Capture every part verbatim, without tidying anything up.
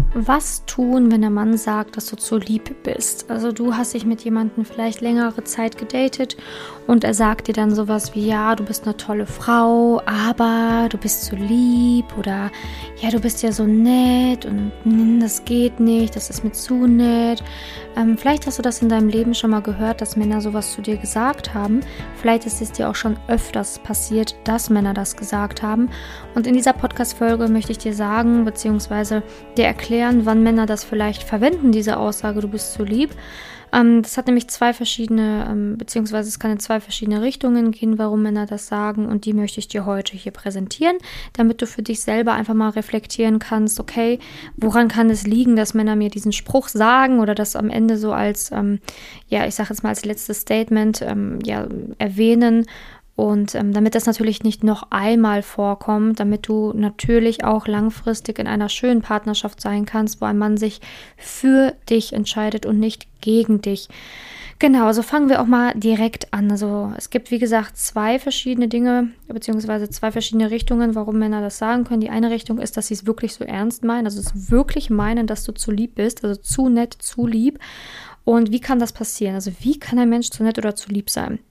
Was tun, wenn der Mann sagt, dass du zu lieb bist? Also du hast dich mit jemandem vielleicht längere Zeit gedatet und er sagt dir dann sowas wie, ja, du bist eine tolle Frau, aber du bist zu lieb oder ja, du bist ja so nett und mm, das geht nicht, das ist mir zu nett. Ähm, vielleicht hast du das in deinem Leben schon mal gehört, dass Männer sowas zu dir gesagt haben. Vielleicht ist es dir auch schon öfters passiert, dass Männer das gesagt haben. Und in dieser Podcast-Folge möchte ich dir sagen, beziehungsweise dir erklären, wann Männer das vielleicht verwenden, diese Aussage, du bist zu lieb. Ähm, das hat nämlich zwei verschiedene, ähm, beziehungsweise es kann in zwei verschiedene Richtungen gehen, warum Männer das sagen, und die möchte ich dir heute hier präsentieren, damit du für dich selber einfach mal reflektieren kannst, okay, woran kann es liegen, dass Männer mir diesen Spruch sagen oder das am Ende so als, ähm, ja, ich sage jetzt mal als letztes Statement, ähm, ja, erwähnen. Und ähm, damit das natürlich nicht noch einmal vorkommt, damit du natürlich auch langfristig in einer schönen Partnerschaft sein kannst, wo ein Mann sich für dich entscheidet und nicht gegen dich. Genau, also fangen wir auch mal direkt an. Also es gibt, wie gesagt, zwei verschiedene Dinge, beziehungsweise zwei verschiedene Richtungen, warum Männer das sagen können. Die eine Richtung ist, dass sie es wirklich so ernst meinen, also es wirklich meinen, dass du zu lieb bist, also zu nett, zu lieb. Und wie kann das passieren? Also wie kann ein Mensch zu nett oder zu lieb sein?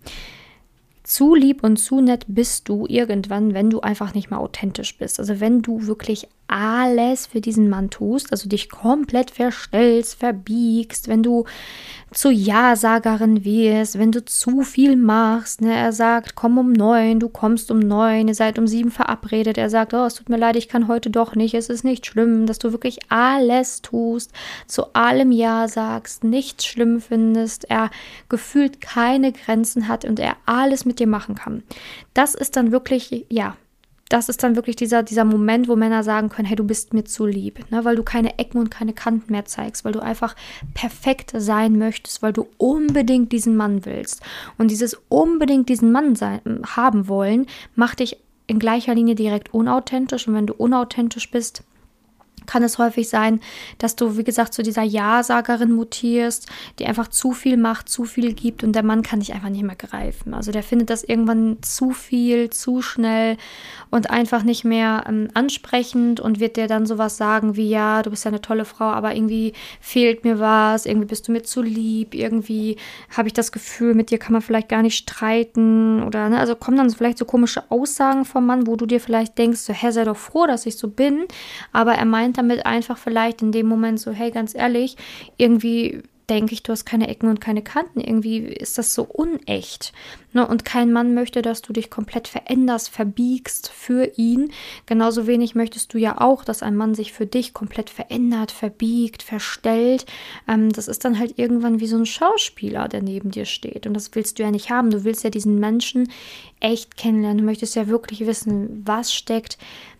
Zu lieb und zu nett bist du irgendwann, wenn du einfach nicht mehr authentisch bist. Also wenn du wirklich alles für diesen Mann tust, also dich komplett verstellst, verbiegst, wenn du zu Ja-Sagerin wirst, wenn du zu viel machst. Ne? Er sagt, komm um neun, du kommst um neun, ihr seid um sieben verabredet. Er sagt, oh, es tut mir leid, ich kann heute doch nicht, es ist nicht schlimm, dass du wirklich alles tust, zu allem Ja sagst, nichts schlimm findest, er gefühlt keine Grenzen hat und er alles mit dir machen kann. Das ist dann wirklich, ja, das ist dann wirklich dieser, dieser Moment, wo Männer sagen können, hey, du bist mir zu lieb, ne? Weil du keine Ecken und keine Kanten mehr zeigst, weil du einfach perfekt sein möchtest, weil du unbedingt diesen Mann willst. Und dieses unbedingt diesen Mann sein, haben wollen, macht dich in gleicher Linie direkt unauthentisch. Und wenn du unauthentisch bist, kann es häufig sein, dass du, wie gesagt, zu dieser Ja-Sagerin mutierst, die einfach zu viel macht, zu viel gibt und der Mann kann dich einfach nicht mehr greifen. Also der findet das irgendwann zu viel, zu schnell und einfach nicht mehr ähm, ansprechend und wird dir dann sowas sagen wie, ja, du bist ja eine tolle Frau, aber irgendwie fehlt mir was, irgendwie bist du mir zu lieb, irgendwie habe ich das Gefühl, mit dir kann man vielleicht gar nicht streiten oder, ne, also kommen dann vielleicht so komische Aussagen vom Mann, wo du dir vielleicht denkst, so, hä, sei doch froh, dass ich so bin, aber er meint damit einfach vielleicht in dem Moment so, hey, ganz ehrlich, irgendwie denke ich, du hast keine Ecken und keine Kanten. Irgendwie ist das so unecht. Ne? Und kein Mann möchte, dass du dich komplett veränderst, verbiegst für ihn. Genauso wenig möchtest du ja auch, dass ein Mann sich für dich komplett verändert, verbiegt, verstellt. Ähm, das ist dann halt irgendwann wie so ein Schauspieler, der neben dir steht. Und das willst du ja nicht haben. Du willst ja diesen Menschen echt kennenlernen. Du möchtest ja wirklich wissen, was steckt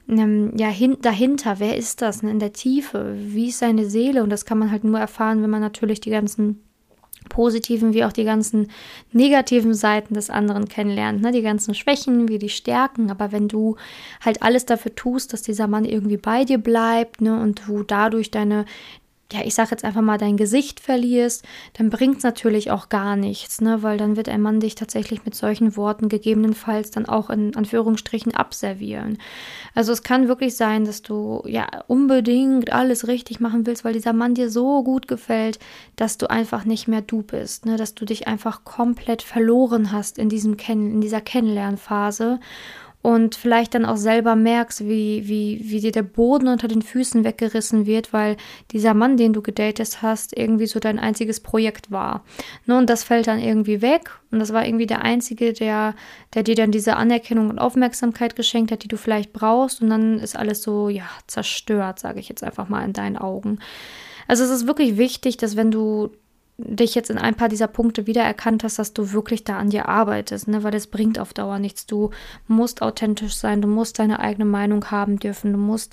ja, hin, dahinter, wer ist das, ne, in der Tiefe, wie ist seine Seele, und das kann man halt nur erfahren, wenn man natürlich die ganzen positiven wie auch die ganzen negativen Seiten des anderen kennenlernt, ne, die ganzen Schwächen wie die Stärken, aber wenn du halt alles dafür tust, dass dieser Mann irgendwie bei dir bleibt, ne, und du dadurch deine ja, ich sage jetzt einfach mal, dein Gesicht verlierst, dann bringt es natürlich auch gar nichts, ne? Weil dann wird ein Mann dich tatsächlich mit solchen Worten gegebenenfalls dann auch in Anführungsstrichen abservieren. Also es kann wirklich sein, dass du ja unbedingt alles richtig machen willst, weil dieser Mann dir so gut gefällt, dass du einfach nicht mehr du bist, ne? Dass du dich einfach komplett verloren hast in diesem Kenn- in dieser Kennenlernphase. Und vielleicht dann auch selber merkst, wie, wie, wie dir der Boden unter den Füßen weggerissen wird, weil dieser Mann, den du gedatet hast, irgendwie so dein einziges Projekt war. Ne, und das fällt dann irgendwie weg. Und das war irgendwie der Einzige, der, der dir dann diese Anerkennung und Aufmerksamkeit geschenkt hat, die du vielleicht brauchst. Und dann ist alles so, ja, zerstört, sage ich jetzt einfach mal in deinen Augen. Also es ist wirklich wichtig, dass wenn du dich jetzt in ein paar dieser Punkte wiedererkannt hast, dass du wirklich da an dir arbeitest, ne? Weil das bringt auf Dauer nichts. Du musst authentisch sein, du musst deine eigene Meinung haben dürfen, du musst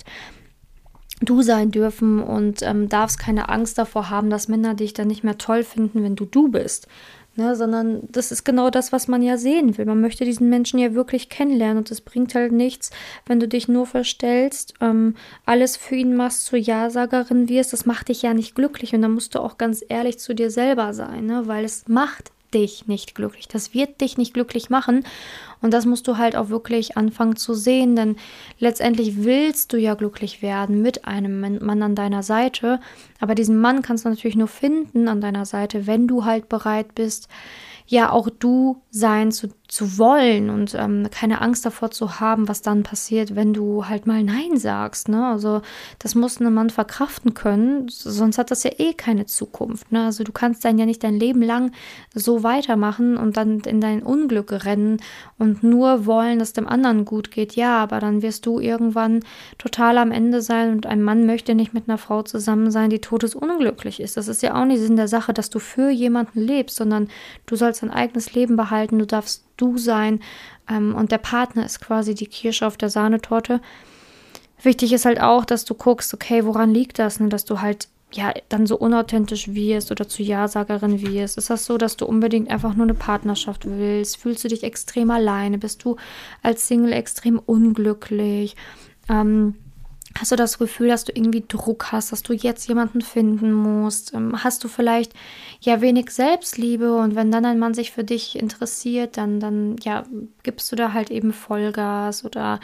du sein dürfen und ähm, darfst keine Angst davor haben, dass Männer dich dann nicht mehr toll finden, wenn du du bist. Ne, sondern das ist genau das, was man ja sehen will. Man möchte diesen Menschen ja wirklich kennenlernen und es bringt halt nichts, wenn du dich nur verstellst, ähm, alles für ihn machst, zur Ja-Sagerin wirst, das macht dich ja nicht glücklich und dann musst du auch ganz ehrlich zu dir selber sein, ne, weil es macht dich nicht glücklich. Das wird dich nicht glücklich machen. Und das musst du halt auch wirklich anfangen zu sehen, denn letztendlich willst du ja glücklich werden mit einem Mann an deiner Seite. Aber diesen Mann kannst du natürlich nur finden an deiner Seite, wenn du halt bereit bist, ja auch du sein zu, zu wollen und ähm, keine Angst davor zu haben, was dann passiert, wenn du halt mal Nein sagst, ne? Also das muss ein Mann verkraften können, sonst hat das ja eh keine Zukunft, ne? Also du kannst dann ja nicht dein Leben lang so weitermachen und dann in dein Unglück rennen und nur wollen, dass dem anderen gut geht. Ja, aber dann wirst du irgendwann total am Ende sein und ein Mann möchte nicht mit einer Frau zusammen sein, die todesunglücklich ist. Das ist ja auch nicht Sinn der Sache, dass du für jemanden lebst, sondern du sollst dein eigenes Leben behalten, du darfst du sein ähm, und der Partner ist quasi die Kirsche auf der Sahnetorte. Wichtig ist halt auch, dass du guckst, okay, woran liegt das, ne? Dass du halt ja dann so unauthentisch wirst oder zu Ja-Sagerin wirst. Ist das so, dass du unbedingt einfach nur eine Partnerschaft willst? Fühlst du dich extrem alleine? Bist du als Single extrem unglücklich? Ähm, Hast du das Gefühl, dass du irgendwie Druck hast, dass du jetzt jemanden finden musst? Ähm, hast du vielleicht ja wenig Selbstliebe und wenn dann ein Mann sich für dich interessiert, dann, dann ja, gibst du da halt eben Vollgas oder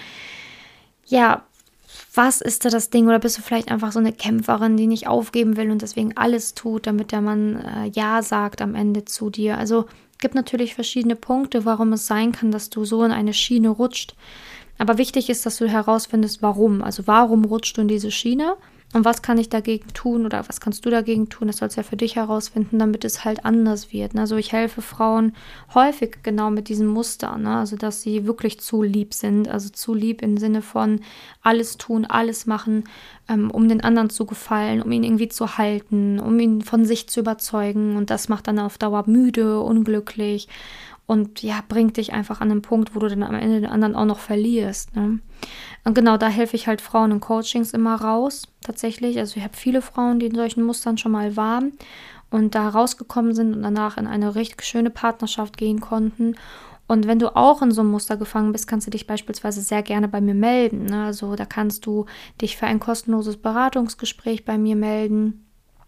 ja, was ist da das Ding? Oder bist du vielleicht einfach so eine Kämpferin, die nicht aufgeben will und deswegen alles tut, damit der Mann äh, Ja sagt am Ende zu dir? Also gibt natürlich verschiedene Punkte, warum es sein kann, dass du so in eine Schiene rutscht. Aber wichtig ist, dass du herausfindest, warum. Also warum rutschst du in diese Schiene und was kann ich dagegen tun oder was kannst du dagegen tun? Das sollst du ja für dich herausfinden, damit es halt anders wird. Also ich helfe Frauen häufig genau mit diesem Muster, ne? Also dass sie wirklich zu lieb sind. Also zu lieb im Sinne von alles tun, alles machen, ähm, um den anderen zu gefallen, um ihn irgendwie zu halten, um ihn von sich zu überzeugen. Und das macht dann auf Dauer müde, unglücklich. Und ja, bringt dich einfach an den Punkt, wo du dann am Ende den anderen auch noch verlierst. Ne? Und genau, da helfe ich halt Frauen in Coachings immer raus, tatsächlich. Also ich habe viele Frauen, die in solchen Mustern schon mal waren und da rausgekommen sind und danach in eine richtig schöne Partnerschaft gehen konnten. Und wenn du auch in so einem Muster gefangen bist, kannst du dich beispielsweise sehr gerne bei mir melden. Ne? Also da kannst du dich für ein kostenloses Beratungsgespräch bei mir melden,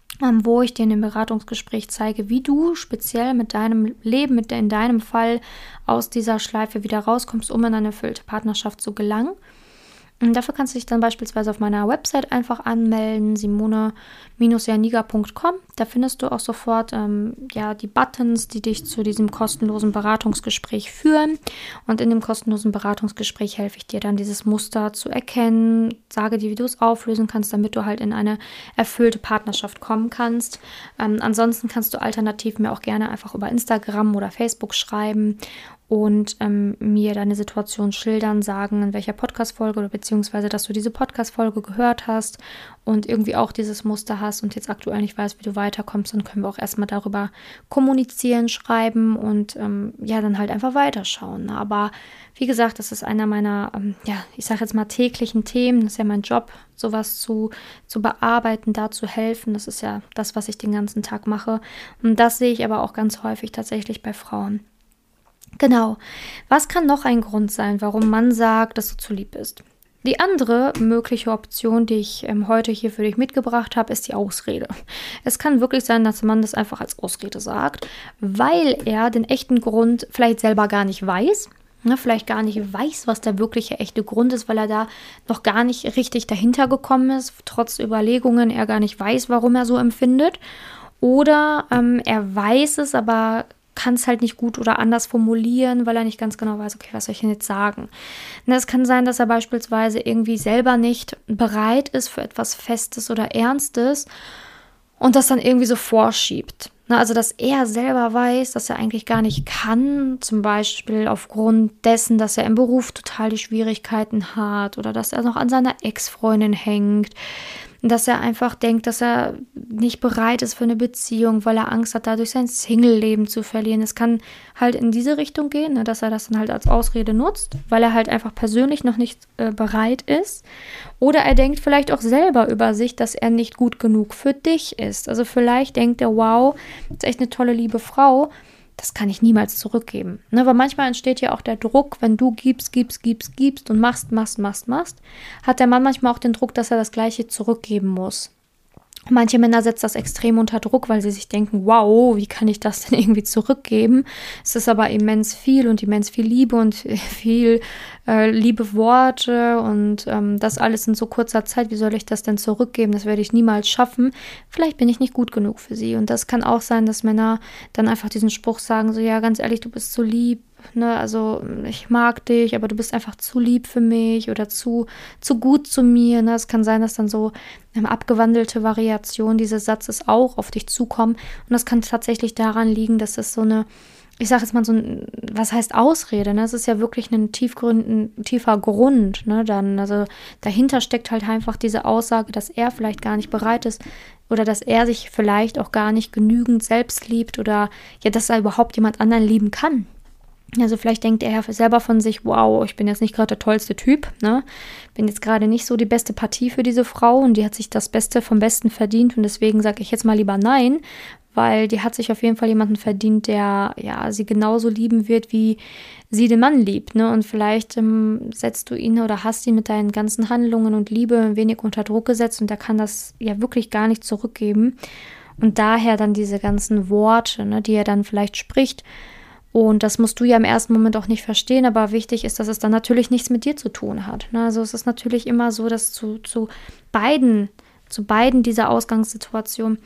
wo ich dir in dem Beratungsgespräch zeige, wie du speziell mit deinem Leben, mit in deinem Fall aus dieser Schleife wieder rauskommst, um in eine erfüllte Partnerschaft zu gelangen. Und dafür kannst du dich dann beispielsweise auf meiner Website einfach anmelden, simone Bindestrich janiga Punkt com. Da findest du auch sofort ähm, ja, die Buttons, die dich zu diesem kostenlosen Beratungsgespräch führen. Und in dem kostenlosen Beratungsgespräch helfe ich dir dann, dieses Muster zu erkennen, sage dir, wie du es auflösen kannst, damit du halt in eine erfüllte Partnerschaft kommen kannst. Ähm, ansonsten kannst du alternativ mir auch gerne einfach über Instagram oder Facebook schreiben und ähm, mir deine Situation schildern, sagen, in welcher Podcast-Folge oder beziehungsweise, dass du diese Podcast-Folge gehört hast und irgendwie auch dieses Muster hast und jetzt aktuell nicht weißt, wie du weiterkommst, dann können wir auch erstmal darüber kommunizieren, schreiben und ähm, ja, dann halt einfach weiterschauen. Ne? Aber wie gesagt, das ist einer meiner, ähm, ja, ich sage jetzt mal täglichen Themen, das ist ja mein Job, sowas zu, zu bearbeiten, da zu helfen. Das ist ja das, was ich den ganzen Tag mache. Und das sehe ich aber auch ganz häufig tatsächlich bei Frauen. Genau. Was kann noch ein Grund sein, warum man sagt, dass du zu lieb bist? Die andere mögliche Option, die ich ähm, heute hier für dich mitgebracht habe, ist die Ausrede. Es kann wirklich sein, dass man das einfach als Ausrede sagt, weil er den echten Grund vielleicht selber gar nicht weiß. Ne, vielleicht gar nicht weiß, was der wirkliche echte Grund ist, weil er da noch gar nicht richtig dahinter gekommen ist, trotz Überlegungen er gar nicht weiß, warum er so empfindet. Oder ähm, er weiß es, aber kann es halt nicht gut oder anders formulieren, weil er nicht ganz genau weiß, okay, was soll ich denn jetzt sagen? Es kann sein, dass er beispielsweise irgendwie selber nicht bereit ist für etwas Festes oder Ernstes und das dann irgendwie so vorschiebt. Also, dass er selber weiß, dass er eigentlich gar nicht kann, zum Beispiel aufgrund dessen, dass er im Beruf total die Schwierigkeiten hat oder dass er noch an seiner Ex-Freundin hängt, dass er einfach denkt, dass er nicht bereit ist für eine Beziehung, weil er Angst hat, dadurch sein Single-Leben zu verlieren. Es kann halt in diese Richtung gehen, ne, dass er das dann halt als Ausrede nutzt, weil er halt einfach persönlich noch nicht äh, bereit ist. Oder er denkt vielleicht auch selber über sich, dass er nicht gut genug für dich ist. Also vielleicht denkt er, wow, das ist echt eine tolle, liebe Frau, das kann ich niemals zurückgeben. Ne, aber manchmal entsteht ja auch der Druck, wenn du gibst, gibst, gibst, gibst und machst, machst, machst, machst, hat der Mann manchmal auch den Druck, dass er das Gleiche zurückgeben muss. Manche Männer setzen das extrem unter Druck, weil sie sich denken, wow, wie kann ich das denn irgendwie zurückgeben? Es ist aber immens viel und immens viel Liebe und viel äh, liebe Worte und ähm, das alles in so kurzer Zeit. Wie soll ich das denn zurückgeben? Das werde ich niemals schaffen. Vielleicht bin ich nicht gut genug für sie. Und das kann auch sein, dass Männer dann einfach diesen Spruch sagen, so ja, ganz ehrlich, du bist so lieb. Ne, also ich mag dich, aber du bist einfach zu lieb für mich oder zu, zu gut zu mir. Ne? Es kann sein, dass dann so eine abgewandelte Variation dieses Satzes auch auf dich zukommen. Und das kann tatsächlich daran liegen, dass es so eine, ich sage jetzt mal so ein, was heißt Ausrede? Ne? Es ist ja wirklich ein, tiefgrund, ein tiefer Grund. Ne? Dann, also dahinter steckt halt einfach diese Aussage, dass er vielleicht gar nicht bereit ist oder dass er sich vielleicht auch gar nicht genügend selbst liebt oder ja, dass er überhaupt jemand anderen lieben kann. Also vielleicht denkt er selber von sich, wow, ich bin jetzt nicht gerade der tollste Typ, ne? Bin jetzt gerade nicht so die beste Partie für diese Frau und die hat sich das Beste vom Besten verdient und deswegen sage ich jetzt mal lieber nein, weil die hat sich auf jeden Fall jemanden verdient, der ja sie genauso lieben wird, wie sie den Mann liebt, ne? Und vielleicht ähm, setzt du ihn oder hast ihn mit deinen ganzen Handlungen und Liebe ein wenig unter Druck gesetzt und der kann das ja wirklich gar nicht zurückgeben und daher dann diese ganzen Worte, ne, die er dann vielleicht spricht. Und das musst du ja im ersten Moment auch nicht verstehen, aber wichtig ist, dass es dann natürlich nichts mit dir zu tun hat. Also es ist natürlich immer so, dass zu, zu beiden, zu beiden dieser Ausgangssituation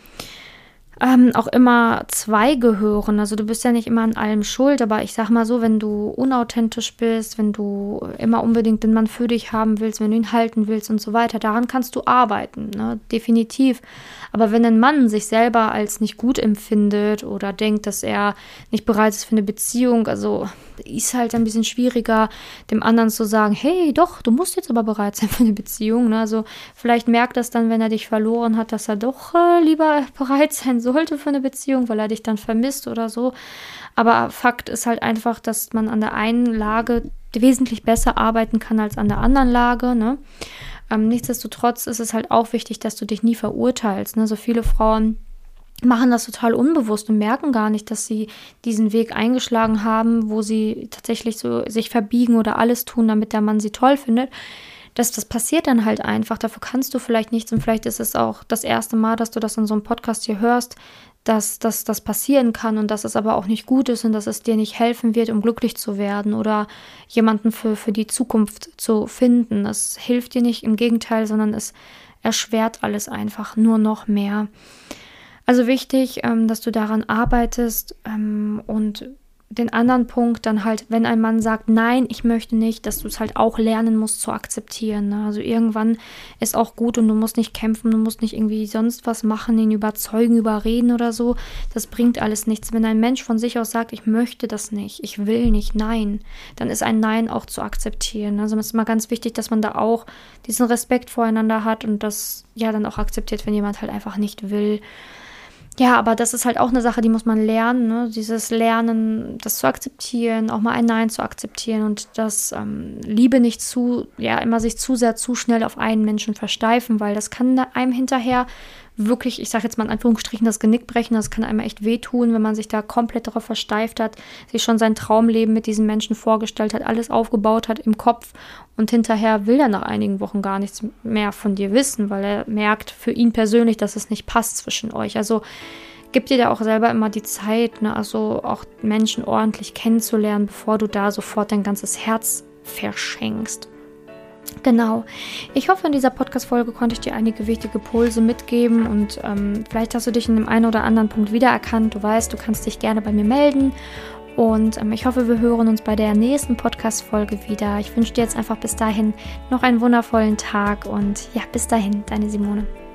ähm, auch immer zwei gehören. Also du bist ja nicht immer an allem schuld, aber ich sag mal so, wenn du unauthentisch bist, wenn du immer unbedingt den Mann für dich haben willst, wenn du ihn halten willst und so weiter, daran kannst du arbeiten, ne? Definitiv. Aber wenn ein Mann sich selber als nicht gut empfindet oder denkt, dass er nicht bereit ist für eine Beziehung, also ist halt ein bisschen schwieriger, dem anderen zu sagen, hey, doch, du musst jetzt aber bereit sein für eine Beziehung. Ne? Also vielleicht merkt das dann, wenn er dich verloren hat, dass er doch äh, lieber bereit sein sollte für eine Beziehung, weil er dich dann vermisst oder so. Aber Fakt ist halt einfach, dass man an der einen Lage wesentlich besser arbeiten kann als an der anderen Lage, ne? Ähm, nichtsdestotrotz ist es halt auch wichtig, dass du dich nie verurteilst. Ne? So viele Frauen machen das total unbewusst und merken gar nicht, dass sie diesen Weg eingeschlagen haben, wo sie tatsächlich so sich verbiegen oder alles tun, damit der Mann sie toll findet. Das, das passiert dann halt einfach. Dafür kannst du vielleicht nichts und vielleicht ist es auch das erste Mal, dass du das in so einem Podcast hier hörst, dass das dass passieren kann und dass es aber auch nicht gut ist und dass es dir nicht helfen wird, um glücklich zu werden oder jemanden für, für die Zukunft zu finden. Das hilft dir nicht, im Gegenteil, sondern es erschwert alles einfach nur noch mehr. Also wichtig, ähm, dass du daran arbeitest ähm, und den anderen Punkt dann halt, wenn ein Mann sagt, nein, ich möchte nicht, dass du es halt auch lernen musst zu akzeptieren. Ne? Also irgendwann ist auch gut und du musst nicht kämpfen, du musst nicht irgendwie sonst was machen, ihn überzeugen, überreden oder so. Das bringt alles nichts. Wenn ein Mensch von sich aus sagt, ich möchte das nicht, ich will nicht, nein, dann ist ein Nein auch zu akzeptieren. Also es ist immer ganz wichtig, dass man da auch diesen Respekt voreinander hat und das ja dann auch akzeptiert, wenn jemand halt einfach nicht will. Ja, aber das ist halt auch eine Sache, die muss man lernen, ne? Dieses Lernen, das zu akzeptieren, auch mal ein Nein zu akzeptieren und das ähm, Liebe nicht zu, ja, immer sich zu sehr, zu schnell auf einen Menschen versteifen, weil das kann einem hinterher wirklich, ich sage jetzt mal in Anführungsstrichen, das Genick brechen, das kann einem echt wehtun, wenn man sich da komplett darauf versteift hat, sich schon sein Traumleben mit diesen Menschen vorgestellt hat, alles aufgebaut hat im Kopf und hinterher will er nach einigen Wochen gar nichts mehr von dir wissen, weil er merkt für ihn persönlich, dass es nicht passt zwischen euch. Also gib dir da auch selber immer die Zeit, ne? Also auch Menschen ordentlich kennenzulernen, bevor du da sofort dein ganzes Herz verschenkst. Genau. Ich hoffe, in dieser Podcast-Folge konnte ich dir einige wichtige Impulse mitgeben und ähm, vielleicht hast du dich in dem einen oder anderen Punkt wiedererkannt. Du weißt, du kannst dich gerne bei mir melden und ähm, ich hoffe, wir hören uns bei der nächsten Podcast-Folge wieder. Ich wünsche dir jetzt einfach bis dahin noch einen wundervollen Tag und ja, bis dahin, deine Simone.